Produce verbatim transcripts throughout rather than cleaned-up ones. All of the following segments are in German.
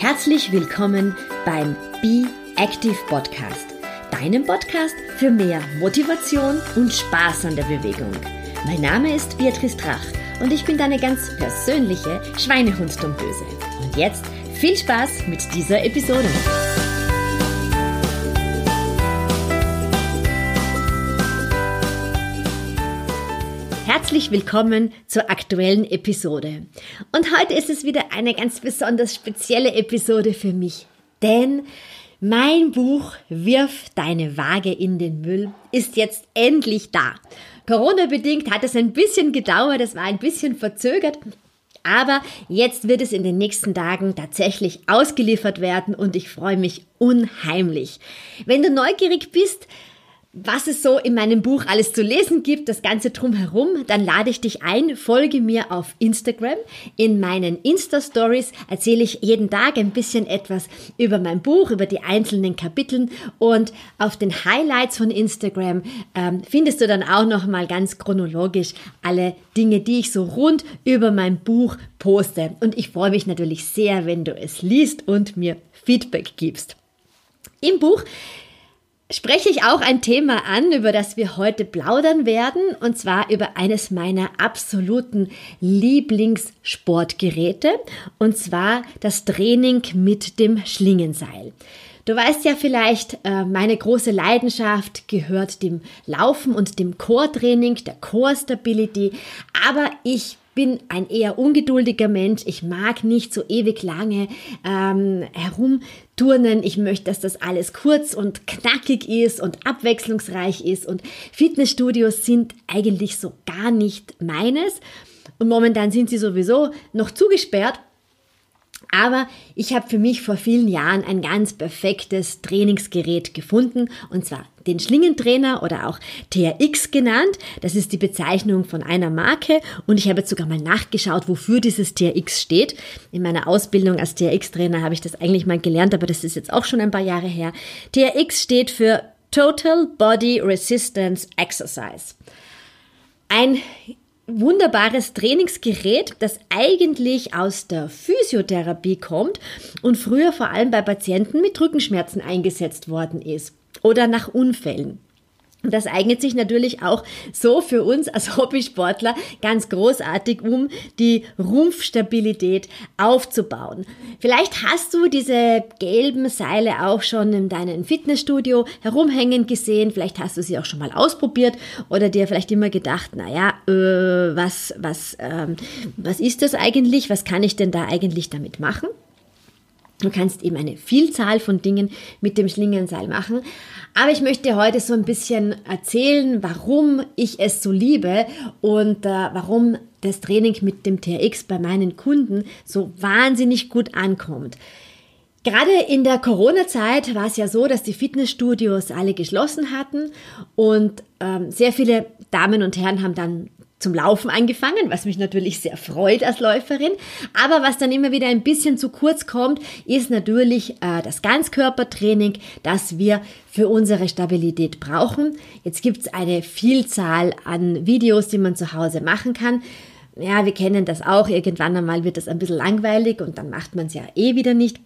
Herzlich willkommen beim Be Active Podcast, deinem Podcast für mehr Motivation und Spaß an der Bewegung. Mein Name ist Beatrice Drach und ich bin deine ganz persönliche Schweinehund-Domböse. Und jetzt viel Spaß mit dieser Episode. Herzlich willkommen zur aktuellen Episode. Und heute ist es wieder eine ganz besonders spezielle Episode für mich, denn mein Buch Wirf deine Waage in den Müll ist jetzt endlich da. Corona-bedingt hat es ein bisschen gedauert, es war ein bisschen verzögert, aber jetzt wird es in den nächsten Tagen tatsächlich ausgeliefert werden und ich freue mich unheimlich. Wenn du neugierig bist, was es so in meinem Buch alles zu lesen gibt, das Ganze drumherum, dann lade ich dich ein, folge mir auf Instagram. In meinen Insta-Stories erzähle ich jeden Tag ein bisschen etwas über mein Buch, über die einzelnen Kapiteln und auf den Highlights von Instagram ähm, findest du dann auch nochmal ganz chronologisch alle Dinge, die ich so rund über mein Buch poste. Und ich freue mich natürlich sehr, wenn du es liest und mir Feedback gibst. Im Buch spreche ich auch ein Thema an, über das wir heute plaudern werden, und zwar über eines meiner absoluten Lieblingssportgeräte, und zwar das Training mit dem Schlingenseil. Du weißt ja vielleicht, meine große Leidenschaft gehört dem Laufen und dem Core-Training, der Core Stability, aber ich bin ein eher ungeduldiger Mensch. Ich mag nicht so ewig lange ähm, herumturnen. Ich möchte, dass das alles kurz und knackig ist und abwechslungsreich ist. Und Fitnessstudios sind eigentlich so gar nicht meines. Und momentan sind sie sowieso noch zugesperrt. Aber ich habe für mich vor vielen Jahren ein ganz perfektes Trainingsgerät gefunden, und zwar den Schlingentrainer oder auch T R X genannt. Das ist die Bezeichnung von einer Marke und ich habe jetzt sogar mal nachgeschaut, wofür dieses T R X steht. In meiner Ausbildung als T R X-Trainer habe ich das eigentlich mal gelernt, aber das ist jetzt auch schon ein paar Jahre her. T R X steht für Total Body Resistance Exercise. Ein wunderbares Trainingsgerät, das eigentlich aus der Physiotherapie kommt und früher vor allem bei Patienten mit Rückenschmerzen eingesetzt worden ist oder nach Unfällen. Und das eignet sich natürlich auch so für uns als Hobbysportler ganz großartig, um die Rumpfstabilität aufzubauen. Vielleicht hast du diese gelben Seile auch schon in deinem Fitnessstudio herumhängen gesehen, vielleicht hast du sie auch schon mal ausprobiert oder dir vielleicht immer gedacht, naja, äh, was, was, ähm, was ist das eigentlich, was kann ich denn da eigentlich damit machen? Du kannst eben eine Vielzahl von Dingen mit dem Schlingenseil machen. Aber ich möchte dir heute so ein bisschen erzählen, warum ich es so liebe und äh, warum das Training mit dem T R X bei meinen Kunden so wahnsinnig gut ankommt. Gerade in der Corona-Zeit war es ja so, dass die Fitnessstudios alle geschlossen hatten und ähm, sehr viele Damen und Herren haben dann zum Laufen angefangen, was mich natürlich sehr freut als Läuferin. Aber was dann immer wieder ein bisschen zu kurz kommt, ist natürlich äh, das Ganzkörpertraining, das wir für unsere Stabilität brauchen. Jetzt gibt es eine Vielzahl an Videos, die man zu Hause machen kann. Ja, wir kennen das auch. Irgendwann einmal wird das ein bisschen langweilig und dann macht man es ja eh wieder nicht.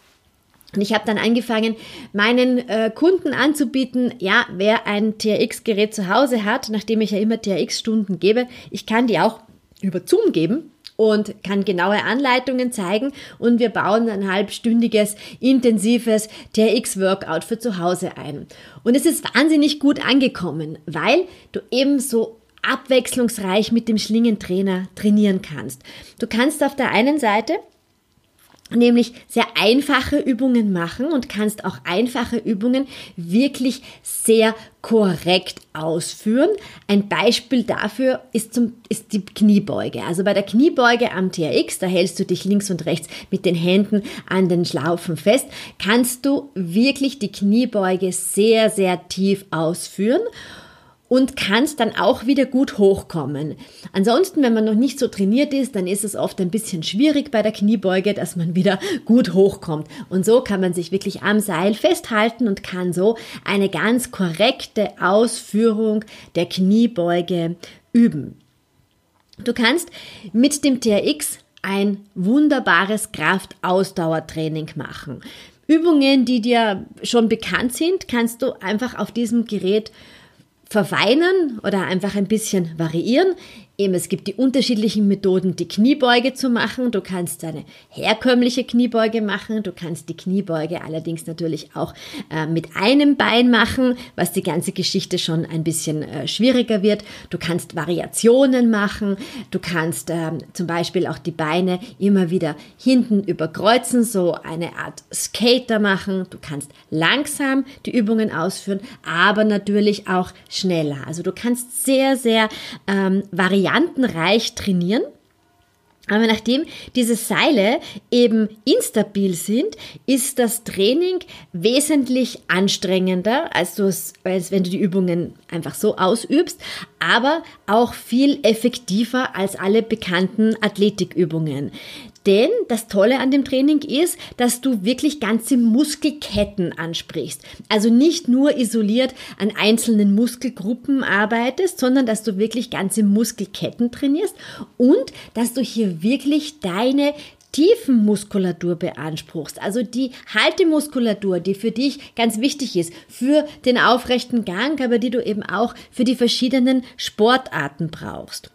Und ich habe dann angefangen, meinen äh, Kunden anzubieten, ja, wer ein T R X-Gerät zu Hause hat, nachdem ich ja immer T R X-Stunden gebe, ich kann die auch über Zoom geben und kann genaue Anleitungen zeigen und wir bauen ein halbstündiges, intensives T R X-Workout für zu Hause ein. Und es ist wahnsinnig gut angekommen, weil du eben so abwechslungsreich mit dem Schlingentrainer trainieren kannst. Du kannst auf der einen Seite nämlich sehr einfache Übungen machen und kannst auch einfache Übungen wirklich sehr korrekt ausführen. Ein Beispiel dafür ist, zum, ist die Kniebeuge. Also bei der Kniebeuge am T R X, da hältst du dich links und rechts mit den Händen an den Schlaufen fest, kannst du wirklich die Kniebeuge sehr, sehr tief ausführen und kannst dann auch wieder gut hochkommen. Ansonsten, wenn man noch nicht so trainiert ist, dann ist es oft ein bisschen schwierig bei der Kniebeuge, dass man wieder gut hochkommt. Und so kann man sich wirklich am Seil festhalten und kann so eine ganz korrekte Ausführung der Kniebeuge üben. Du kannst mit dem T R X ein wunderbares Kraftausdauertraining machen. Übungen, die dir schon bekannt sind, kannst du einfach auf diesem Gerät verfeinern oder einfach ein bisschen variieren. Eben, es gibt die unterschiedlichen Methoden, die Kniebeuge zu machen. Du kannst eine herkömmliche Kniebeuge machen. Du kannst die Kniebeuge allerdings natürlich auch äh, mit einem Bein machen, was die ganze Geschichte schon ein bisschen äh, schwieriger wird. Du kannst Variationen machen. Du kannst äh, zum Beispiel auch die Beine immer wieder hinten überkreuzen, so eine Art Skater machen. Du kannst langsam die Übungen ausführen, aber natürlich auch schneller. Also du kannst sehr, sehr ähm, variieren. Variantenreich trainieren. Aber nachdem diese Seile eben instabil sind, ist das Training wesentlich anstrengender, als, du es, als wenn du die Übungen einfach so ausübst, aber auch viel effektiver als alle bekannten Athletikübungen. Denn das Tolle an dem Training ist, dass du wirklich ganze Muskelketten ansprichst. Also nicht nur isoliert an einzelnen Muskelgruppen arbeitest, sondern dass du wirklich ganze Muskelketten trainierst und dass du hier wirklich deine Tiefenmuskulatur beanspruchst, also die Haltemuskulatur, die für dich ganz wichtig ist, für den aufrechten Gang, aber die du eben auch für die verschiedenen Sportarten brauchst.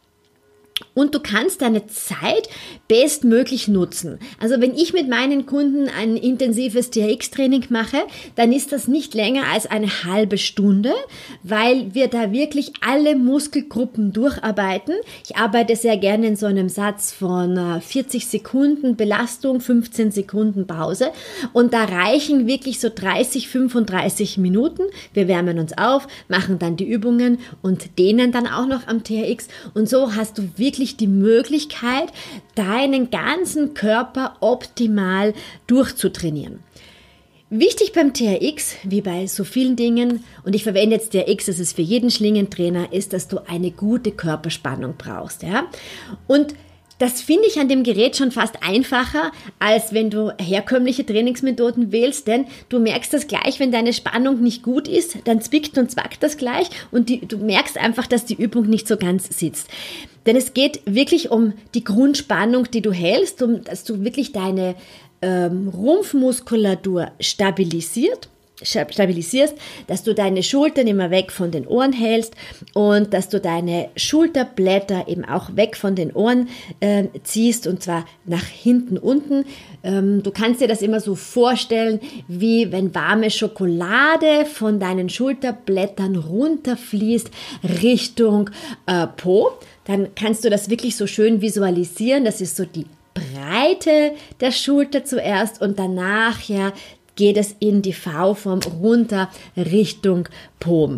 Und du kannst deine Zeit bestmöglich nutzen. Also wenn ich mit meinen Kunden ein intensives T R X-Training mache, dann ist das nicht länger als eine halbe Stunde, weil wir da wirklich alle Muskelgruppen durcharbeiten. Ich arbeite sehr gerne in so einem Satz von vierzig Sekunden Belastung, fünfzehn Sekunden Pause und da reichen wirklich so dreißig, fünfunddreißig Minuten. Wir wärmen uns auf, machen dann die Übungen und dehnen dann auch noch am T R X und so hast du wirklich die Möglichkeit, deinen ganzen Körper optimal durchzutrainieren. Wichtig beim T R X, wie bei so vielen Dingen, und ich verwende jetzt T R X, das ist für jeden Schlingentrainer, ist, dass du eine gute Körperspannung brauchst. Ja? Und das finde ich an dem Gerät schon fast einfacher, als wenn du herkömmliche Trainingsmethoden wählst, denn du merkst das gleich, wenn deine Spannung nicht gut ist, dann zwickt und zwackt das gleich und die, du merkst einfach, dass die Übung nicht so ganz sitzt. Denn es geht wirklich um die Grundspannung, die du hältst, um dass du wirklich deine ähm, Rumpfmuskulatur stabilisiert. stabilisierst, dass du deine Schultern immer weg von den Ohren hältst und dass du deine Schulterblätter eben auch weg von den Ohren äh, ziehst und zwar nach hinten unten. Ähm, du kannst dir das immer so vorstellen, wie wenn warme Schokolade von deinen Schulterblättern runterfließt Richtung äh, Po. Dann kannst du das wirklich so schön visualisieren. Das ist so die Breite der Schulter zuerst und danach ja geht es in die V-Form runter Richtung Po.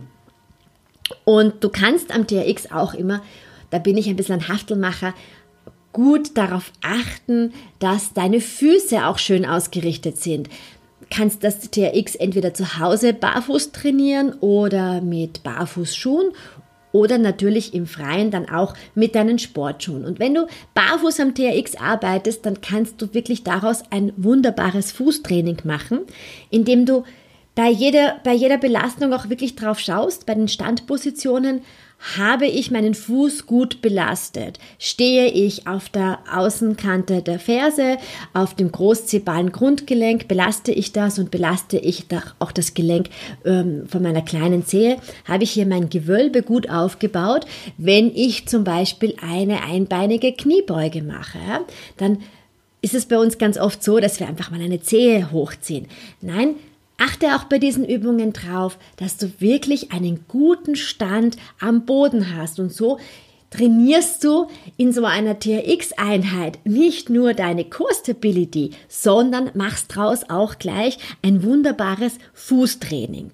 Und du kannst am T R X auch immer, da bin ich ein bisschen ein Haftelmacher, gut darauf achten, dass deine Füße auch schön ausgerichtet sind. Du kannst das T R X entweder zu Hause barfuß trainieren oder mit Barfußschuhen oder natürlich im Freien dann auch mit deinen Sportschuhen. Und wenn du barfuß am T R X arbeitest, dann kannst du wirklich daraus ein wunderbares Fußtraining machen, indem du bei jeder, bei jeder Belastung auch wirklich drauf schaust, bei den Standpositionen, habe ich meinen Fuß gut belastet? Stehe ich auf der Außenkante der Ferse, auf dem großzehbalen Grundgelenk? Belaste ich das und belaste ich auch das Gelenk ähm, von meiner kleinen Zehe? Habe ich hier mein Gewölbe gut aufgebaut? Wenn ich zum Beispiel eine einbeinige Kniebeuge mache, ja, dann ist es bei uns ganz oft so, dass wir einfach mal eine Zehe hochziehen. Nein, achte auch bei diesen Übungen drauf, dass du wirklich einen guten Stand am Boden hast und so trainierst du in so einer T R X-Einheit nicht nur deine Core Stability, sondern machst draus auch gleich ein wunderbares Fußtraining.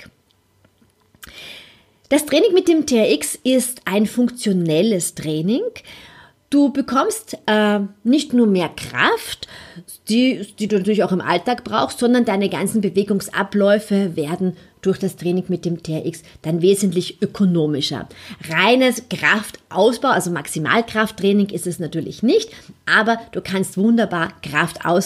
Das Training mit dem T R X ist ein funktionelles Training. Du bekommst äh, nicht nur mehr Kraft, die, die du natürlich auch im Alltag brauchst, sondern deine ganzen Bewegungsabläufe werden durch das Training mit dem T R X dann wesentlich ökonomischer. Reines Kraftausbau, also Maximalkrafttraining ist es natürlich nicht, aber du kannst wunderbar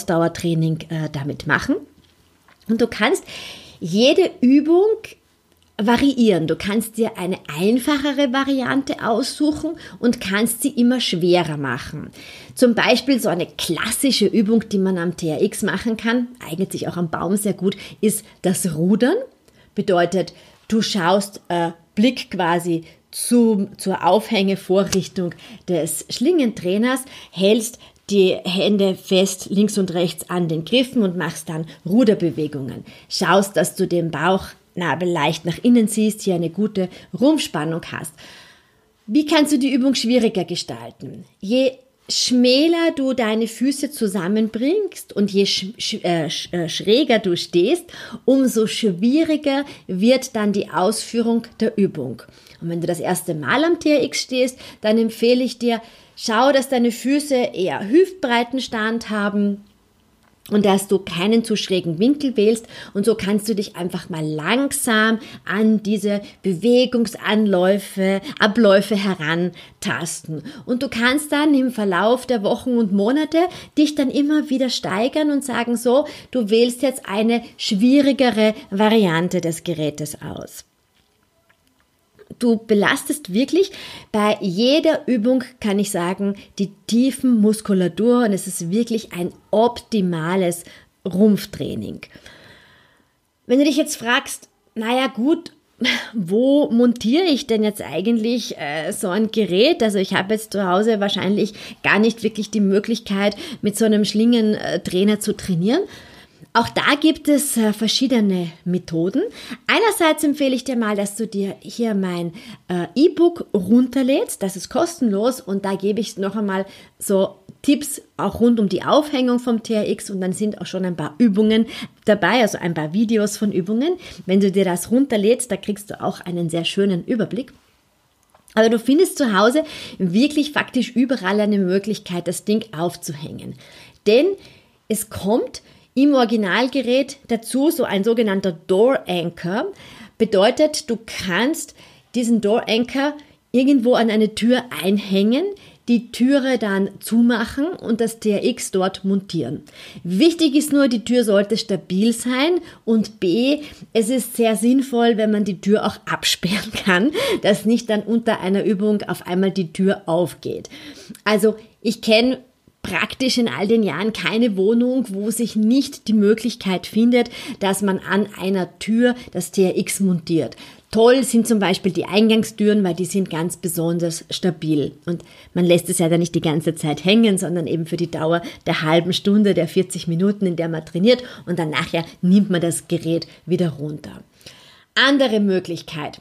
Kraftausdauertraining äh, damit machen. Und du kannst jede Übung variieren. Du kannst dir eine einfachere Variante aussuchen und kannst sie immer schwerer machen. Zum Beispiel so eine klassische Übung, die man am T R X machen kann, eignet sich auch am Baum sehr gut, ist das Rudern. Bedeutet, du schaust äh, Blick quasi zu, zur Aufhängevorrichtung des Schlingentrainers, hältst die Hände fest links und rechts an den Griffen und machst dann Ruderbewegungen. Schaust, dass du den Bauchnabel leicht nach innen ziehst, hier eine gute Rumpfspannung hast. Wie kannst du die Übung schwieriger gestalten? Je schmäler du deine Füße zusammenbringst und je sch- sch- äh, sch- äh, schräger du stehst, umso schwieriger wird dann die Ausführung der Übung. Und wenn du das erste Mal am T R X stehst, dann empfehle ich dir, schau, dass deine Füße eher hüftbreiten Stand haben und dass du keinen zu schrägen Winkel wählst, und so kannst du dich einfach mal langsam an diese Bewegungsanläufe, Abläufe herantasten. Und du kannst dann im Verlauf der Wochen und Monate dich dann immer wieder steigern und sagen so, du wählst jetzt eine schwierigere Variante des Gerätes aus. Du belastest wirklich bei jeder Übung, kann ich sagen, die tiefen Muskulatur, und es ist wirklich ein optimales Rumpftraining. Wenn du dich jetzt fragst, naja gut, wo montiere ich denn jetzt eigentlich äh, so ein Gerät? Also ich habe jetzt zu Hause wahrscheinlich gar nicht wirklich die Möglichkeit, mit so einem Schlingentrainer zu trainieren. Auch da gibt es äh, verschiedene Methoden. Einerseits empfehle ich dir mal, dass du dir hier mein äh, E-Book runterlädst. Das ist kostenlos, und da gebe ich noch einmal so Tipps auch rund um die Aufhängung vom T R X, und dann sind auch schon ein paar Übungen dabei, also ein paar Videos von Übungen. Wenn du dir das runterlädst, da kriegst du auch einen sehr schönen Überblick. Aber du findest zu Hause wirklich faktisch überall eine Möglichkeit, das Ding aufzuhängen. Denn es kommt im Originalgerät dazu so ein sogenannter Door Anchor. Bedeutet, du kannst diesen Door Anchor irgendwo an eine Tür einhängen, die Türe dann zumachen und das T R X dort montieren. Wichtig ist nur, die Tür sollte stabil sein, und B, es ist sehr sinnvoll, wenn man die Tür auch absperren kann, dass nicht dann unter einer Übung auf einmal die Tür aufgeht. Also ich kenne praktisch in all den Jahren keine Wohnung, wo sich nicht die Möglichkeit findet, dass man an einer Tür das T R X montiert. Toll sind zum Beispiel die Eingangstüren, weil die sind ganz besonders stabil. Und man lässt es ja dann nicht die ganze Zeit hängen, sondern eben für die Dauer der halben Stunde, der vierzig Minuten, in der man trainiert, und dann nachher nimmt man das Gerät wieder runter. Andere Möglichkeit: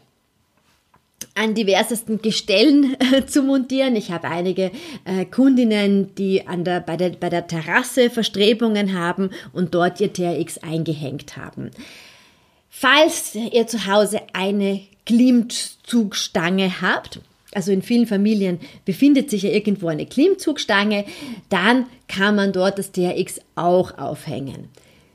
an diversesten Gestellen äh, zu montieren. Ich habe einige äh, Kundinnen, die an der, bei, der, bei der Terrasse Verstrebungen haben und dort ihr T R X eingehängt haben. Falls ihr zu Hause eine Klimmzugstange habt, also in vielen Familien befindet sich ja irgendwo eine Klimmzugstange, dann kann man dort das T R X auch aufhängen.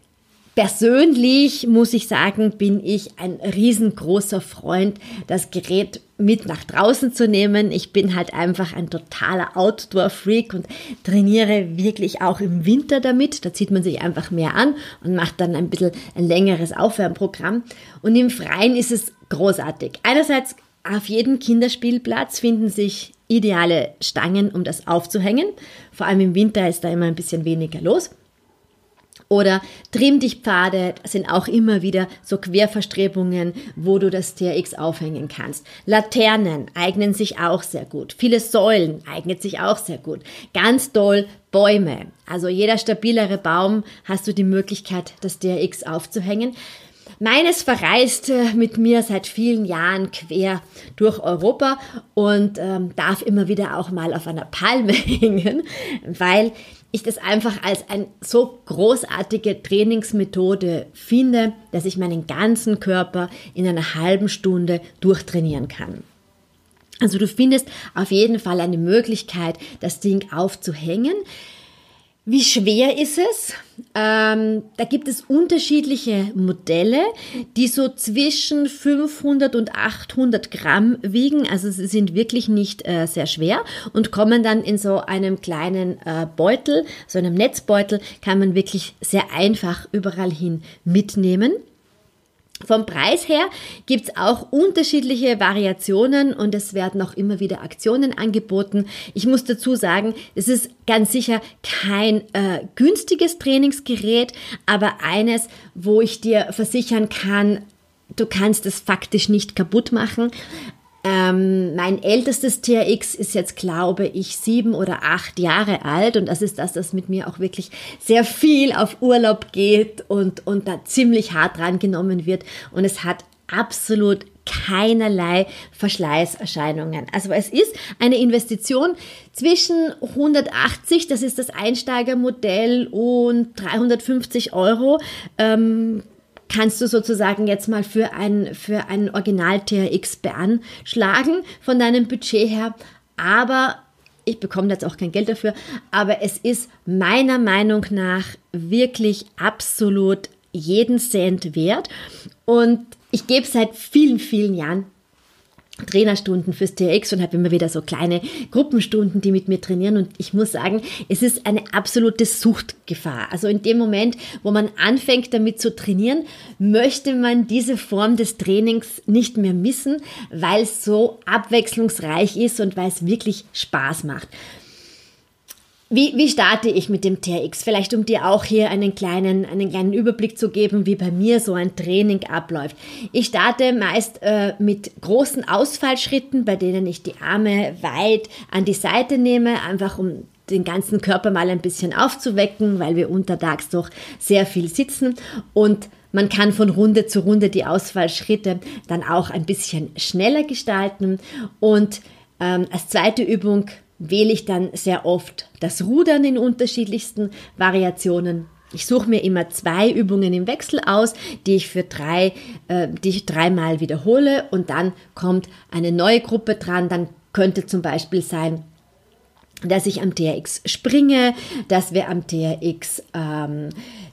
Persönlich muss ich sagen, bin ich ein riesengroßer Freund, das Gerät mit nach draußen zu nehmen. Ich bin halt einfach ein totaler Outdoor-Freak und trainiere wirklich auch im Winter damit. Da zieht man sich einfach mehr an und macht dann ein bisschen ein längeres Aufwärmprogramm. Und im Freien ist es großartig. Einerseits, auf jedem Kinderspielplatz finden sich ideale Stangen, um das aufzuhängen. Vor allem im Winter ist da immer ein bisschen weniger los. Oder Trimm-dich-Pfade sind auch immer wieder so Querverstrebungen, wo du das T R X aufhängen kannst. Laternen eignen sich auch sehr gut. Viele Säulen eignet sich auch sehr gut. Ganz doll Bäume. Also jeder stabilere Baum hast du die Möglichkeit, das T R X aufzuhängen. Meines verreist mit mir seit vielen Jahren quer durch Europa und ähm, darf immer wieder auch mal auf einer Palme hängen, weil ich das einfach als eine so großartige Trainingsmethode finde, dass ich meinen ganzen Körper in einer halben Stunde durchtrainieren kann. Also du findest auf jeden Fall eine Möglichkeit, das Ding aufzuhängen. Wie schwer ist es? Ähm, da gibt es unterschiedliche Modelle, die so zwischen fünfhundert und achthundert Gramm wiegen. Also sie sind wirklich nicht äh, sehr schwer und kommen dann in so einem kleinen äh, Beutel, so einem Netzbeutel, kann man wirklich sehr einfach überall hin mitnehmen. Vom Preis her gibt es auch unterschiedliche Variationen und es werden auch immer wieder Aktionen angeboten. Ich muss dazu sagen, es ist ganz sicher kein äh, günstiges Trainingsgerät, aber eines, wo ich dir versichern kann, du kannst es faktisch nicht kaputt machen. Ähm, mein ältestes T R X ist jetzt, glaube ich, sieben oder acht Jahre alt und das ist das, das mit mir auch wirklich sehr viel auf Urlaub geht und, und da ziemlich hart drangenommen wird und es hat absolut keinerlei Verschleißerscheinungen. Also es ist eine Investition zwischen hundertachtzig, das ist das Einsteigermodell, und dreihundertfünfzig Euro. Ähm, kannst du sozusagen jetzt mal für ein, für ein Original-T R X beanschlagen von deinem Budget her. Aber ich bekomme jetzt auch kein Geld dafür. Aber es ist meiner Meinung nach wirklich absolut jeden Cent wert. Und ich gebe seit vielen, vielen Jahren Trainerstunden fürs T R X und habe immer wieder so kleine Gruppenstunden, die mit mir trainieren und ich muss sagen, es ist eine absolute Suchtgefahr. Also in dem Moment, wo man anfängt damit zu trainieren, möchte man diese Form des Trainings nicht mehr missen, weil es so abwechslungsreich ist und weil es wirklich Spaß macht. Wie, wie starte ich mit dem T R X? Vielleicht um dir auch hier einen kleinen, einen kleinen Überblick zu geben, wie bei mir so ein Training abläuft. Ich starte meist äh, mit großen Ausfallschritten, bei denen ich die Arme weit an die Seite nehme, einfach um den ganzen Körper mal ein bisschen aufzuwecken, weil wir untertags doch sehr viel sitzen und man kann von Runde zu Runde die Ausfallschritte dann auch ein bisschen schneller gestalten und ähm, als zweite Übung wähle ich dann sehr oft das Rudern in unterschiedlichsten Variationen. Ich suche mir immer zwei Übungen im Wechsel aus, die ich für drei, äh, die ich dreimal wiederhole und dann kommt eine neue Gruppe dran. Dann könnte zum Beispiel sein, dass ich am T R X springe, dass wir am T R X ähm,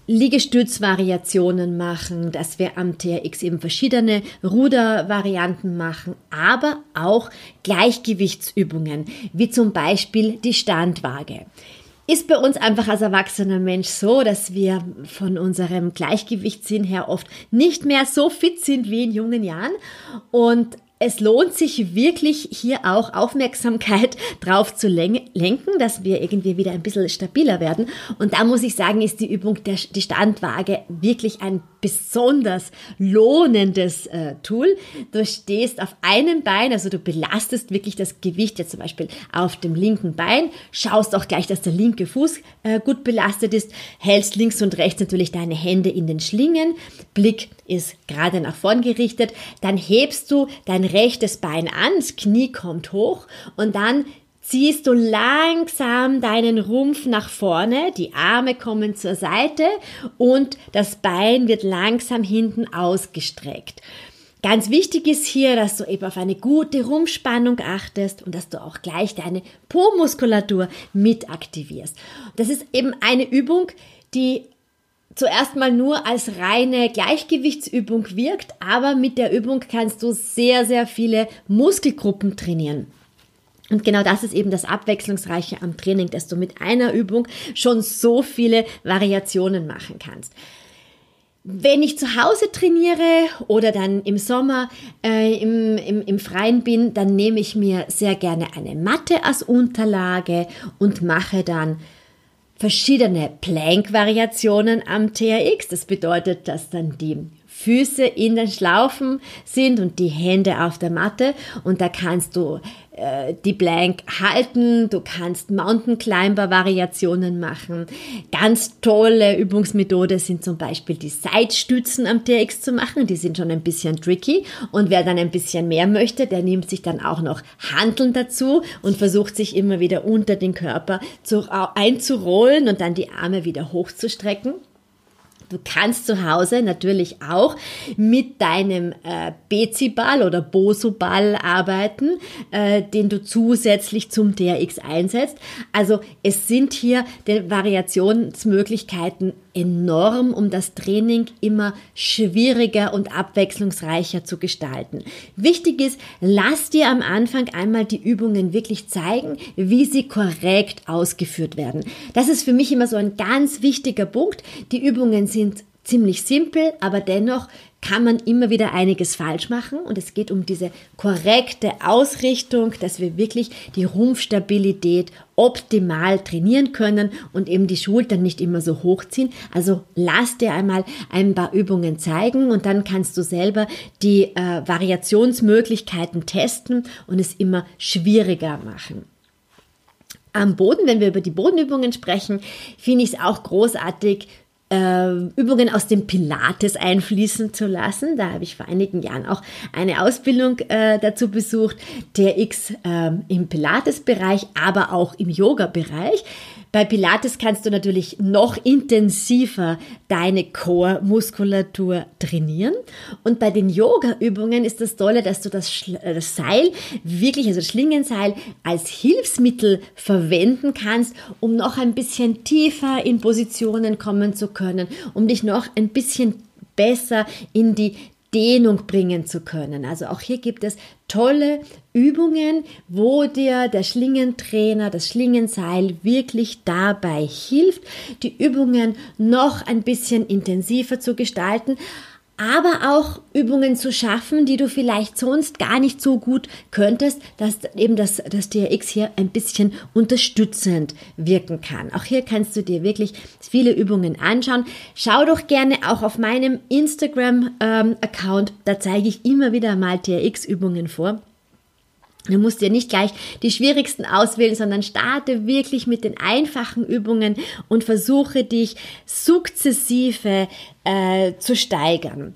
Liegestützvariationen machen, dass wir am T R X eben verschiedene Rudervarianten machen, aber auch Gleichgewichtsübungen, wie zum Beispiel die Standwaage. Ist bei uns einfach als erwachsener Mensch so, dass wir von unserem Gleichgewichtssinn her oft nicht mehr so fit sind wie in jungen Jahren und es lohnt sich wirklich hier auch Aufmerksamkeit drauf zu lenken, dass wir irgendwie wieder ein bisschen stabiler werden. Und da muss ich sagen, ist die Übung der die Standwaage wirklich ein besonders lohnendes äh, Tool. Du stehst auf einem Bein, also du belastest wirklich das Gewicht jetzt zum Beispiel auf dem linken Bein, schaust auch gleich, dass der linke Fuß äh, gut belastet ist, hältst links und rechts natürlich deine Hände in den Schlingen, Blick ist gerade nach vorn gerichtet, dann hebst du dein rechtes Bein an, das Knie kommt hoch und dann ziehst du langsam deinen Rumpf nach vorne, die Arme kommen zur Seite und das Bein wird langsam hinten ausgestreckt. Ganz wichtig ist hier, dass du eben auf eine gute Rumpfspannung achtest und dass du auch gleich deine Po-Muskulatur mit aktivierst. Das ist eben eine Übung, die zuerst mal nur als reine Gleichgewichtsübung wirkt, aber mit der Übung kannst du sehr, sehr viele Muskelgruppen trainieren. Und genau das ist eben das Abwechslungsreiche am Training, dass du mit einer Übung schon so viele Variationen machen kannst. Wenn ich zu Hause trainiere oder dann im Sommer äh, im, im, im Freien bin, dann nehme ich mir sehr gerne eine Matte als Unterlage und mache dann verschiedene Plank-Variationen am T R X. Das bedeutet, dass dann die Füße in den Schlaufen sind und die Hände auf der Matte und da kannst du äh, die Plank halten, du kannst Mountain Climber Variationen machen. Ganz tolle Übungsmethode sind zum Beispiel die Seitstützen am T R X zu machen, die sind schon ein bisschen tricky und wer dann ein bisschen mehr möchte, der nimmt sich dann auch noch Hanteln dazu und versucht sich immer wieder unter den Körper zu, einzurollen und dann die Arme wieder hochzustrecken. Du kannst zu Hause natürlich auch mit deinem äh, Bezi-Ball oder Bosu-Ball arbeiten, äh, den du zusätzlich zum T R X einsetzt. Also es sind hier die Variationsmöglichkeiten enorm, um das Training immer schwieriger und abwechslungsreicher zu gestalten. Wichtig ist, lass dir am Anfang einmal die Übungen wirklich zeigen, wie sie korrekt ausgeführt werden. Das ist für mich immer so ein ganz wichtiger Punkt. Die Übungen sind ziemlich simpel, aber dennoch kann man immer wieder einiges falsch machen und es geht um diese korrekte Ausrichtung, dass wir wirklich die Rumpfstabilität optimal trainieren können und eben die Schultern nicht immer so hochziehen. Also lass dir einmal ein paar Übungen zeigen und dann kannst du selber die äh, Variationsmöglichkeiten testen und es immer schwieriger machen. Am Boden, wenn wir über die Bodenübungen sprechen, finde ich es auch großartig, Übungen aus dem Pilates einfließen zu lassen. Da habe ich vor einigen Jahren auch eine Ausbildung äh, dazu besucht, T R X äh, im Pilates-Bereich, aber auch im Yoga-Bereich. Bei Pilates kannst du natürlich noch intensiver deine Core-Muskulatur trainieren. Und bei den Yoga-Übungen ist das Tolle, dass du das, Schl- das Seil wirklich, also das Schlingenseil, als Hilfsmittel verwenden kannst, um noch ein bisschen tiefer in Positionen kommen zu können, um dich noch ein bisschen besser in die Dehnung bringen zu können. Also auch hier gibt es tolle Übungen, wo dir der Schlingentrainer, das Schlingenseil wirklich dabei hilft, die Übungen noch ein bisschen intensiver zu gestalten, aber auch Übungen zu schaffen, die du vielleicht sonst gar nicht so gut könntest, dass eben das, das T R X hier ein bisschen unterstützend wirken kann. Auch hier kannst du dir wirklich viele Übungen anschauen. Schau doch gerne auch auf meinem Instagram-Account, da zeige ich immer wieder mal T R X-Übungen vor. Du musst dir nicht gleich die schwierigsten auswählen, sondern starte wirklich mit den einfachen Übungen und versuche dich sukzessive äh, zu steigern.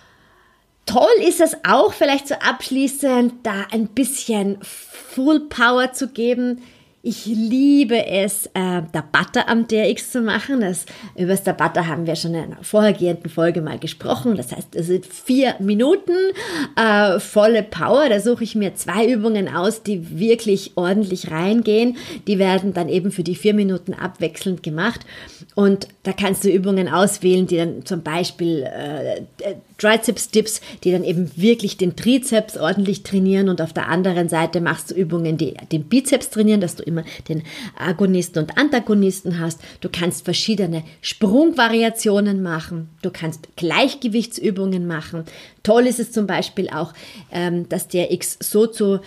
Toll ist es auch, vielleicht so abschließend, da ein bisschen Full Power zu geben. Ich liebe es, äh, Tabata am T R X zu machen. Das, über das Tabata haben wir schon in einer vorhergehenden Folge mal gesprochen. Das heißt, es sind vier Minuten äh, volle Power. Da suche ich mir zwei Übungen aus, die wirklich ordentlich reingehen. Die werden dann eben für die vier Minuten abwechselnd gemacht. Und da kannst du Übungen auswählen, die dann zum Beispiel äh, Trizeps-Dips, die dann eben wirklich den Trizeps ordentlich trainieren, und auf der anderen Seite machst du Übungen, die den Bizeps trainieren, dass du immer den Agonisten und Antagonisten hast. Du kannst verschiedene Sprungvariationen machen, du kannst Gleichgewichtsübungen machen. Toll ist es zum Beispiel auch, ähm, das T R X so zu,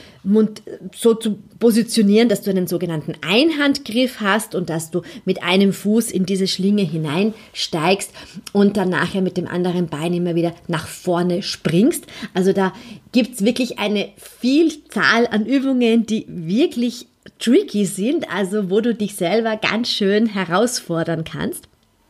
so zu positionieren, dass du einen sogenannten Einhandgriff hast und dass du mit einem Fuß in diese Schlinge hineinsteigst und dann nachher mit dem anderen Bein immer wieder nach vorne springst. Also da gibt es wirklich eine Vielzahl an Übungen, die wirklich tricky sind, also wo du dich selber ganz schön herausfordern kannst.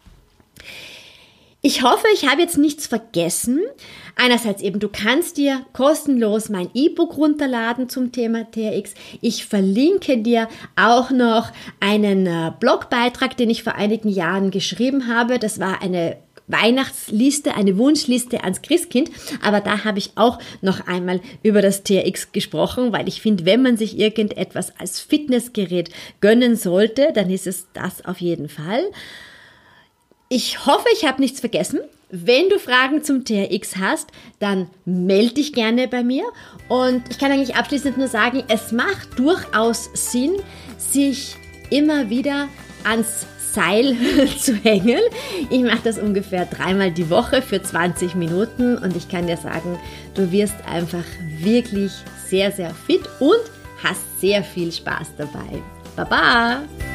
Ich hoffe, ich habe jetzt nichts vergessen. Einerseits eben, du kannst dir kostenlos mein E-Book runterladen zum Thema T R X. Ich verlinke dir auch noch einen äh, Blogbeitrag, den ich vor einigen Jahren geschrieben habe. Das war eine Weihnachtsliste, eine Wunschliste ans Christkind, aber da habe ich auch noch einmal über das T R X gesprochen, weil ich finde, wenn man sich irgendetwas als Fitnessgerät gönnen sollte, dann ist es das auf jeden Fall. Ich hoffe, ich habe nichts vergessen. Wenn du Fragen zum T R X hast, dann melde dich gerne bei mir. Und ich kann eigentlich abschließend nur sagen, es macht durchaus Sinn, sich immer wieder ans Seil zu hängen. Ich mache das ungefähr dreimal die Woche für zwanzig Minuten und ich kann dir sagen, du wirst einfach wirklich sehr, sehr fit und hast sehr viel Spaß dabei. Baba!